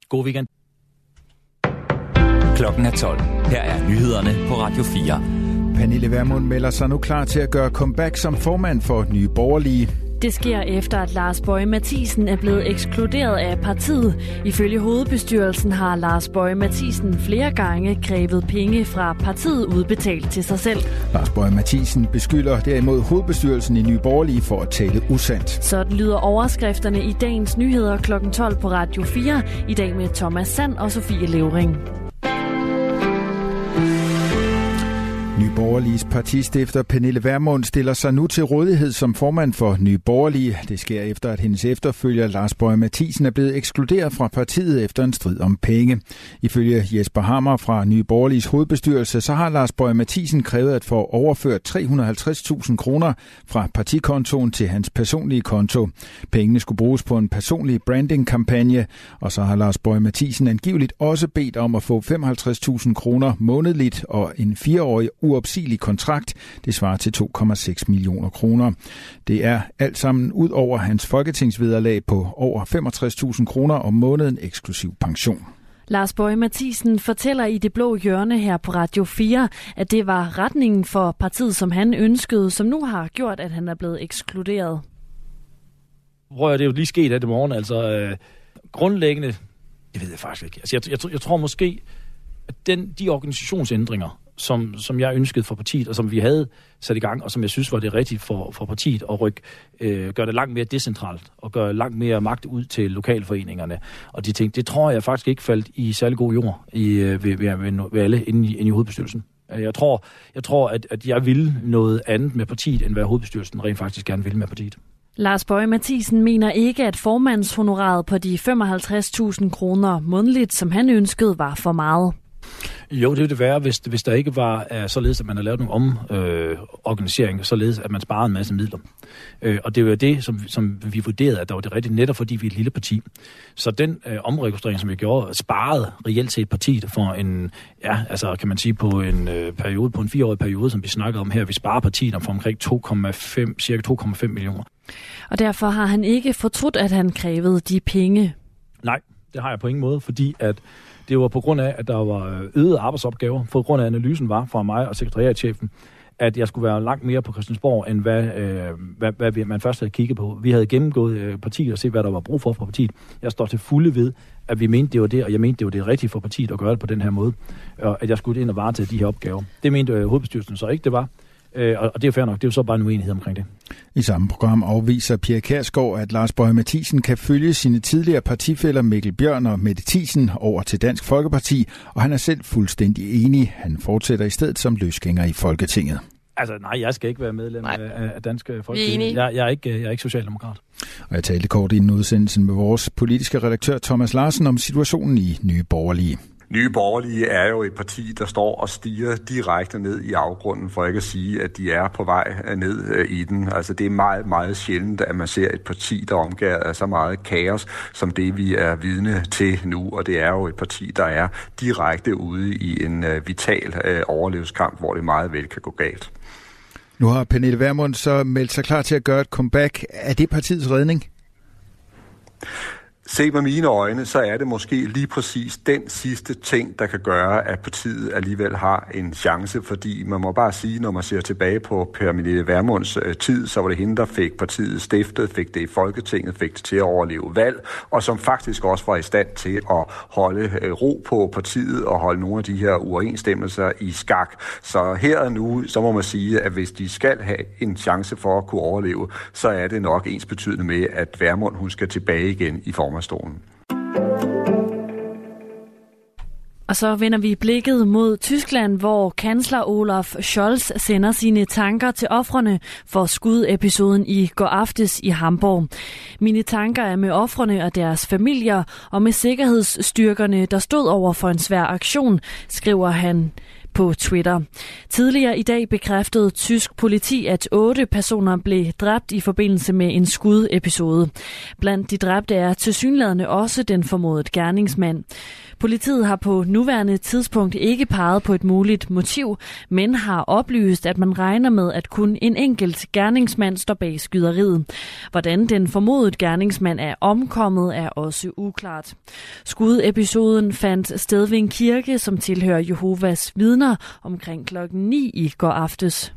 God weekend. Klokken er 12. Her er nyhederne på Radio 4. Pernille Vermund melder sig nu klar til at gøre comeback som formand for Nye Borgerlige. Det sker efter, at Lars Boje Mathiesen er blevet ekskluderet af partiet. Ifølge hovedbestyrelsen har Lars Boje Mathiesen flere gange krævet penge fra partiet udbetalt til sig selv. Lars Boje Mathiesen beskylder derimod hovedbestyrelsen i Nye Borgerlige for at tale usandt. Sådan lyder overskrifterne i dagens nyheder kl. 12 på Radio 4. I dag med Thomas Sand og Sofie Levering. Nye Borgerliges partistifter Pernille Vermund stiller sig nu til rådighed som formand for Nye Borgerlige. Det sker efter, at hendes efterfølger Lars Boje Mathiesen er blevet ekskluderet fra partiet efter en strid om penge. Ifølge Jesper Hammer fra Nye Borgerliges hovedbestyrelse, så har Lars Boje Mathiesen krævet at få overført 350.000 kroner fra partikontoen til hans personlige konto. Pengene skulle bruges på en personlig brandingkampagne, og så har Lars Boje Mathiesen angiveligt også bedt om at få 55.000 kroner månedligt og en 4-årig uopsigelig kontrakt. Det svarer til 2,6 millioner kroner. Det er alt sammen ud over hans folketingsvederlag på over 65.000 kroner om måneden eksklusiv pension. Lars Boje Mathiesen fortæller i Det Blå Hjørne her på Radio 4, at det var retningen for partiet, som han ønskede, som nu har gjort, at han er blevet ekskluderet. Prøv at det er jo lige sket af det morgen. Altså grundlæggende, det ved jeg faktisk ikke. Altså, jeg tror måske, at de organisationsændringer, som jeg ønskede for partiet, og som vi havde sat i gang, og som jeg synes var det rigtige for partiet, at gøre det langt mere decentralt, og gøre langt mere magt ud til lokalforeningerne. Og de ting, det tror jeg faktisk ikke faldt i særlig god jord ved alle inde i hovedbestyrelsen. Jeg tror, at jeg ville noget andet med partiet, end hvad hovedbestyrelsen rent faktisk gerne ville med partiet. Lars Boje Mathiesen mener ikke, at formandshonoraret på de 55.000 kroner månedligt, som han ønskede, var for meget. Jo, det ville det være, hvis der ikke var således, at man har lavet nogle omorganisering, således at man sparer en masse midler. Og det var det, som vi vurderede, at der var det rigtige, netop fordi vi er et lille parti. Så den omregistrering, som vi gjorde, sparede reelt set partiet for en, kan man sige, på en periode, på en 4-årig periode, som vi snakkede om her. Vi sparer partiet for omkring cirka 2,5 millioner. Og derfor har han ikke fortrudt, at han krævede de penge? Nej, det har jeg på ingen måde, fordi at det var på grund af, at der var øgede arbejdsopgaver, på grund af, at analysen var fra mig og sekretariatschefen, at jeg skulle være langt mere på Christiansborg, end hvad man først havde kigget på. Vi havde gennemgået partiet og set, hvad der var brug for partiet. Jeg står til fulde ved, at vi mente, det var det, og jeg mente, det var det rigtige for partiet at gøre det på den her måde, og at jeg skulle ind og varetage de her opgaver. Det mente hovedbestyrelsen så ikke, det var. Og det er fair nok, det er jo så bare en uenighed omkring det. I samme program afviser Pia Kjærsgaard, at Lars Boje Mathiesen kan følge sine tidligere partifæller Mikkel Bjørn og Mette Thiesen over til Dansk Folkeparti, og han er selv fuldstændig enig. Han fortsætter i stedet som løsgænger i Folketinget. Altså nej, jeg skal ikke være medlem af Dansk Folkeparti. Jeg er ikke socialdemokrat. Og jeg talte kort inden udsendelsen med vores politiske redaktør Thomas Larsen om situationen i Nye Borgerlige. Nye Borgerlige er jo et parti, der står og stiger direkte ned i afgrunden, for ikke at sige, at de er på vej ned i den. Altså det er meget, meget sjældent, at man ser et parti, der omgiver af så meget kaos, som det vi er vidne til nu. Og det er jo et parti, der er direkte ude i en vital overlevelseskamp, hvor det meget vel kan gå galt. Nu har Pernille Vermund så meldt sig klar til at gøre et comeback. Er det partiets redning? Set med mine øjne, så er det måske lige præcis den sidste ting, der kan gøre, at partiet alligevel har en chance, fordi man må bare sige, når man ser tilbage på Pernille Vermunds tid, så var det hende, der fik partiet stiftet, fik det i Folketinget, fik det til at overleve valg, og som faktisk også var i stand til at holde ro på partiet og holde nogle af de her uoverensstemmelser i skak. Så her og nu, så må man sige, at hvis de skal have en chance for at kunne overleve, så er det nok ensbetydende med, at Vermund hun skal tilbage igen i form. Og så vender vi blikket mod Tyskland, hvor kansler Olaf Scholz sender sine tanker til ofrene for skudepisoden i går aftes i Hamburg. Mine tanker er med ofrene og deres familier og med sikkerhedsstyrkerne, der stod over for en svær aktion, skriver han på Twitter. Tidligere i dag bekræftede tysk politi, at 8 personer blev dræbt i forbindelse med en skudepisode. Blandt de dræbte er tilsyneladende også den formodede gerningsmand. Politiet har på nuværende tidspunkt ikke peget på et muligt motiv, men har oplyst, at man regner med, at kun en enkelt gerningsmand står bag skyderiet. Hvordan den formodede gerningsmand er omkommet, er også uklart. Skudepisoden fandt sted ved en kirke, som tilhører Jehovas vidner, omkring klokken 9 i går aftes.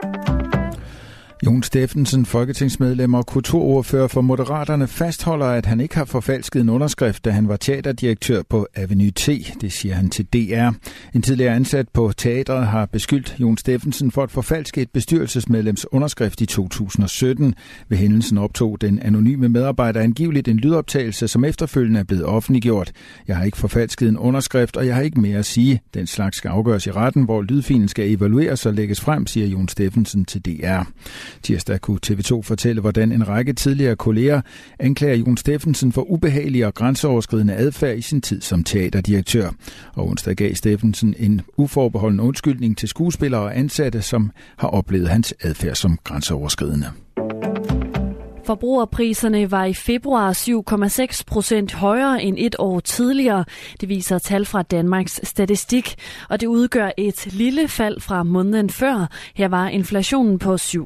Jon Steffensen, folketingsmedlem og kulturordfører for Moderaterne, fastholder, at han ikke har forfalsket en underskrift, da han var teaterdirektør på Avenue T. Det siger han til DR. En tidligere ansat på teatret har beskyldt Jon Steffensen for at forfalske et bestyrelsesmedlems underskrift i 2017. Ved hændelsen optog den anonyme medarbejder angiveligt en lydoptagelse, som efterfølgende er blevet offentliggjort. Jeg har ikke forfalsket en underskrift, og jeg har ikke mere at sige. Den slags skal afgøres i retten, hvor lydfilen skal evalueres og lægges frem, siger Jon Steffensen til DR. Tirsdag kunne TV2 fortælle, hvordan en række tidligere kolleger anklager Jon Steffensen for ubehagelig og grænseoverskridende adfærd i sin tid som teaterdirektør. Og onsdag gav Steffensen en uforbeholden undskyldning til skuespillere og ansatte, som har oplevet hans adfærd som grænseoverskridende. Forbrugerpriserne var i februar 7,6% højere end et år tidligere. Det viser tal fra Danmarks Statistik, og det udgør et lille fald fra måneden før. Her var inflationen på 7,7%.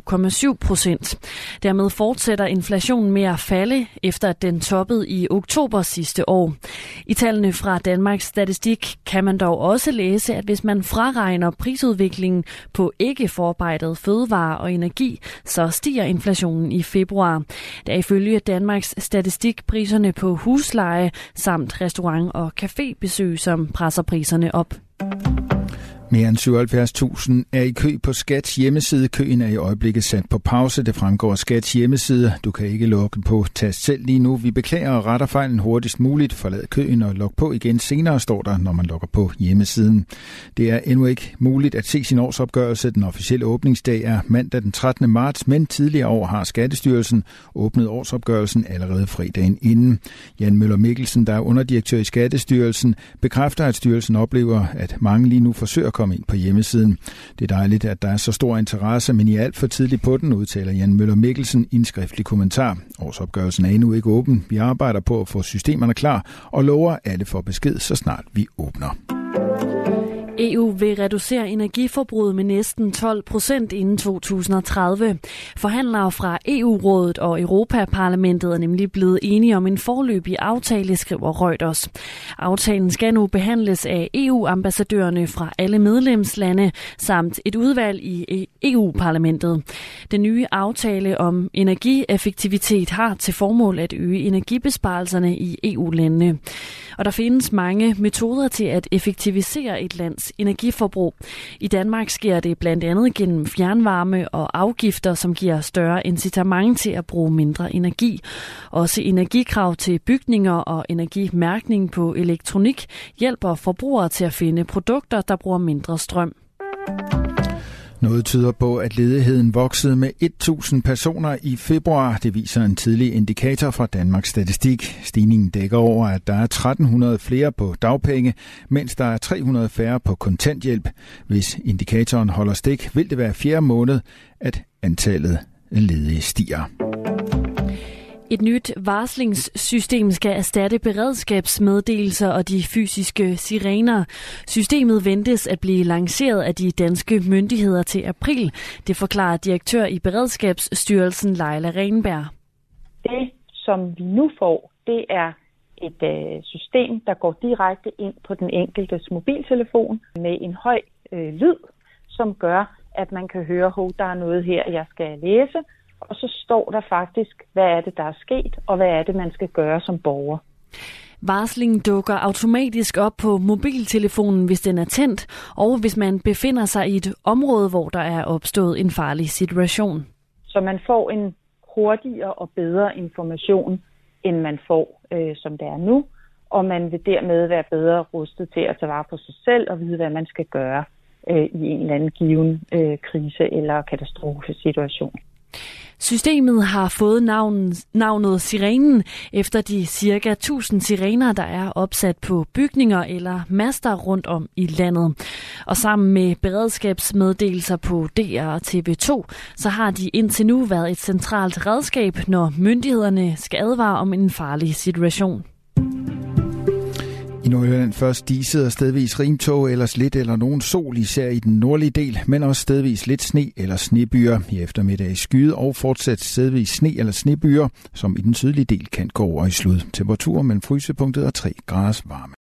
Dermed fortsætter inflationen med at falde, efter at den toppede i oktober sidste år. I tallene fra Danmarks Statistik kan man dog også læse, at hvis man fraregner prisudviklingen på ikke forarbejdet fødevarer og energi, så stiger inflationen i februar. Der ifølge Danmarks Statistik priserne på husleje samt restaurant- og cafébesøg, som presser priserne op. Mere end 77.000 er i kø på Skats hjemmeside. Køen er i øjeblikket sat på pause. Det fremgår af Skats hjemmeside. Du kan ikke logge på tast selv lige nu. Vi beklager og retter fejlen hurtigst muligt. Forlad køen og log på igen senere, står der, når man logger på hjemmesiden. Det er endnu ikke muligt at se sin årsopgørelse. Den officielle åbningsdag er mandag den 13. marts, men tidligere år har Skattestyrelsen åbnet årsopgørelsen allerede fredagen inden. Jan Møller Mikkelsen, der er underdirektør i Skattestyrelsen, bekræfter, at styrelsen oplever, at mange lige nu forsøger at komme ind på hjemmesiden. Det er dejligt, at der er så stor interesse, men I er alt for tidligt på den, udtaler Jan Møller Mikkelsen i en skriftlig kommentar. Årsopgørelsen er endnu ikke åben. Vi arbejder på at få systemerne klar og lover, at alle får besked, så snart vi åbner. EU vil reducere energiforbruget med næsten 12% inden 2030. Forhandlere fra EU-rådet og Europaparlamentet er nemlig blevet enige om en foreløbig aftale, skriver Reuters. Aftalen skal nu behandles af EU-ambassadørerne fra alle medlemslande samt et udvalg i EU-parlamentet. Den nye aftale om energieffektivitet har til formål at øge energibesparelserne i EU-landene. Og der findes mange metoder til at effektivisere et lands energiforbrug. I Danmark sker det blandt andet gennem fjernvarme og afgifter, som giver større incitament til at bruge mindre energi. Også energikrav til bygninger og energimærkning på elektronik hjælper forbrugere til at finde produkter, der bruger mindre strøm. Noget tyder på, at ledigheden voksede med 1.000 personer i februar. Det viser en tidlig indikator fra Danmarks Statistik. Stigningen dækker over, at der er 1.300 flere på dagpenge, mens der er 300 færre på kontanthjælp. Hvis indikatoren holder stik, vil det være fjerde måned, at antallet af ledige stiger. Et nyt varslingssystem skal erstatte beredskabsmeddelelser og de fysiske sirener. Systemet ventes at blive lanceret af de danske myndigheder til april. Det forklarer direktør i Beredskabsstyrelsen Leila Renberg. Det, som vi nu får, det er et system, der går direkte ind på den enkeltes mobiltelefon med en høj lyd, som gør, at man kan høre, at der er noget her, jeg skal læse. Og så står der faktisk, hvad er det, der er sket, og hvad er det, man skal gøre som borger. Varslingen dukker automatisk op på mobiltelefonen, hvis den er tændt, og hvis man befinder sig i et område, hvor der er opstået en farlig situation. Så man får en hurtigere og bedre information, end man får, som det er nu. Og man vil dermed være bedre rustet til at tage vare på sig selv og vide, hvad man skal gøre i en eller anden given krise eller katastrofesituation. Systemet har fået navnet Sirenen efter de ca. 1000 sirener, der er opsat på bygninger eller master rundt om i landet. Og sammen med beredskabsmeddelelser på DR og TV2, så har de indtil nu været et centralt redskab, når myndighederne skal advare om en farlig situation. I Nordjylland først diset og stedvis rimtog, ellers lidt eller nogen sol, især i den nordlige del, men også stedvis lidt sne eller snebyer. I eftermiddag skyde og fortsat stedvis sne eller snebyer, som i den sydlige del kan gå over i slud. Temperatur mellem frysepunktet og 3 graders varme.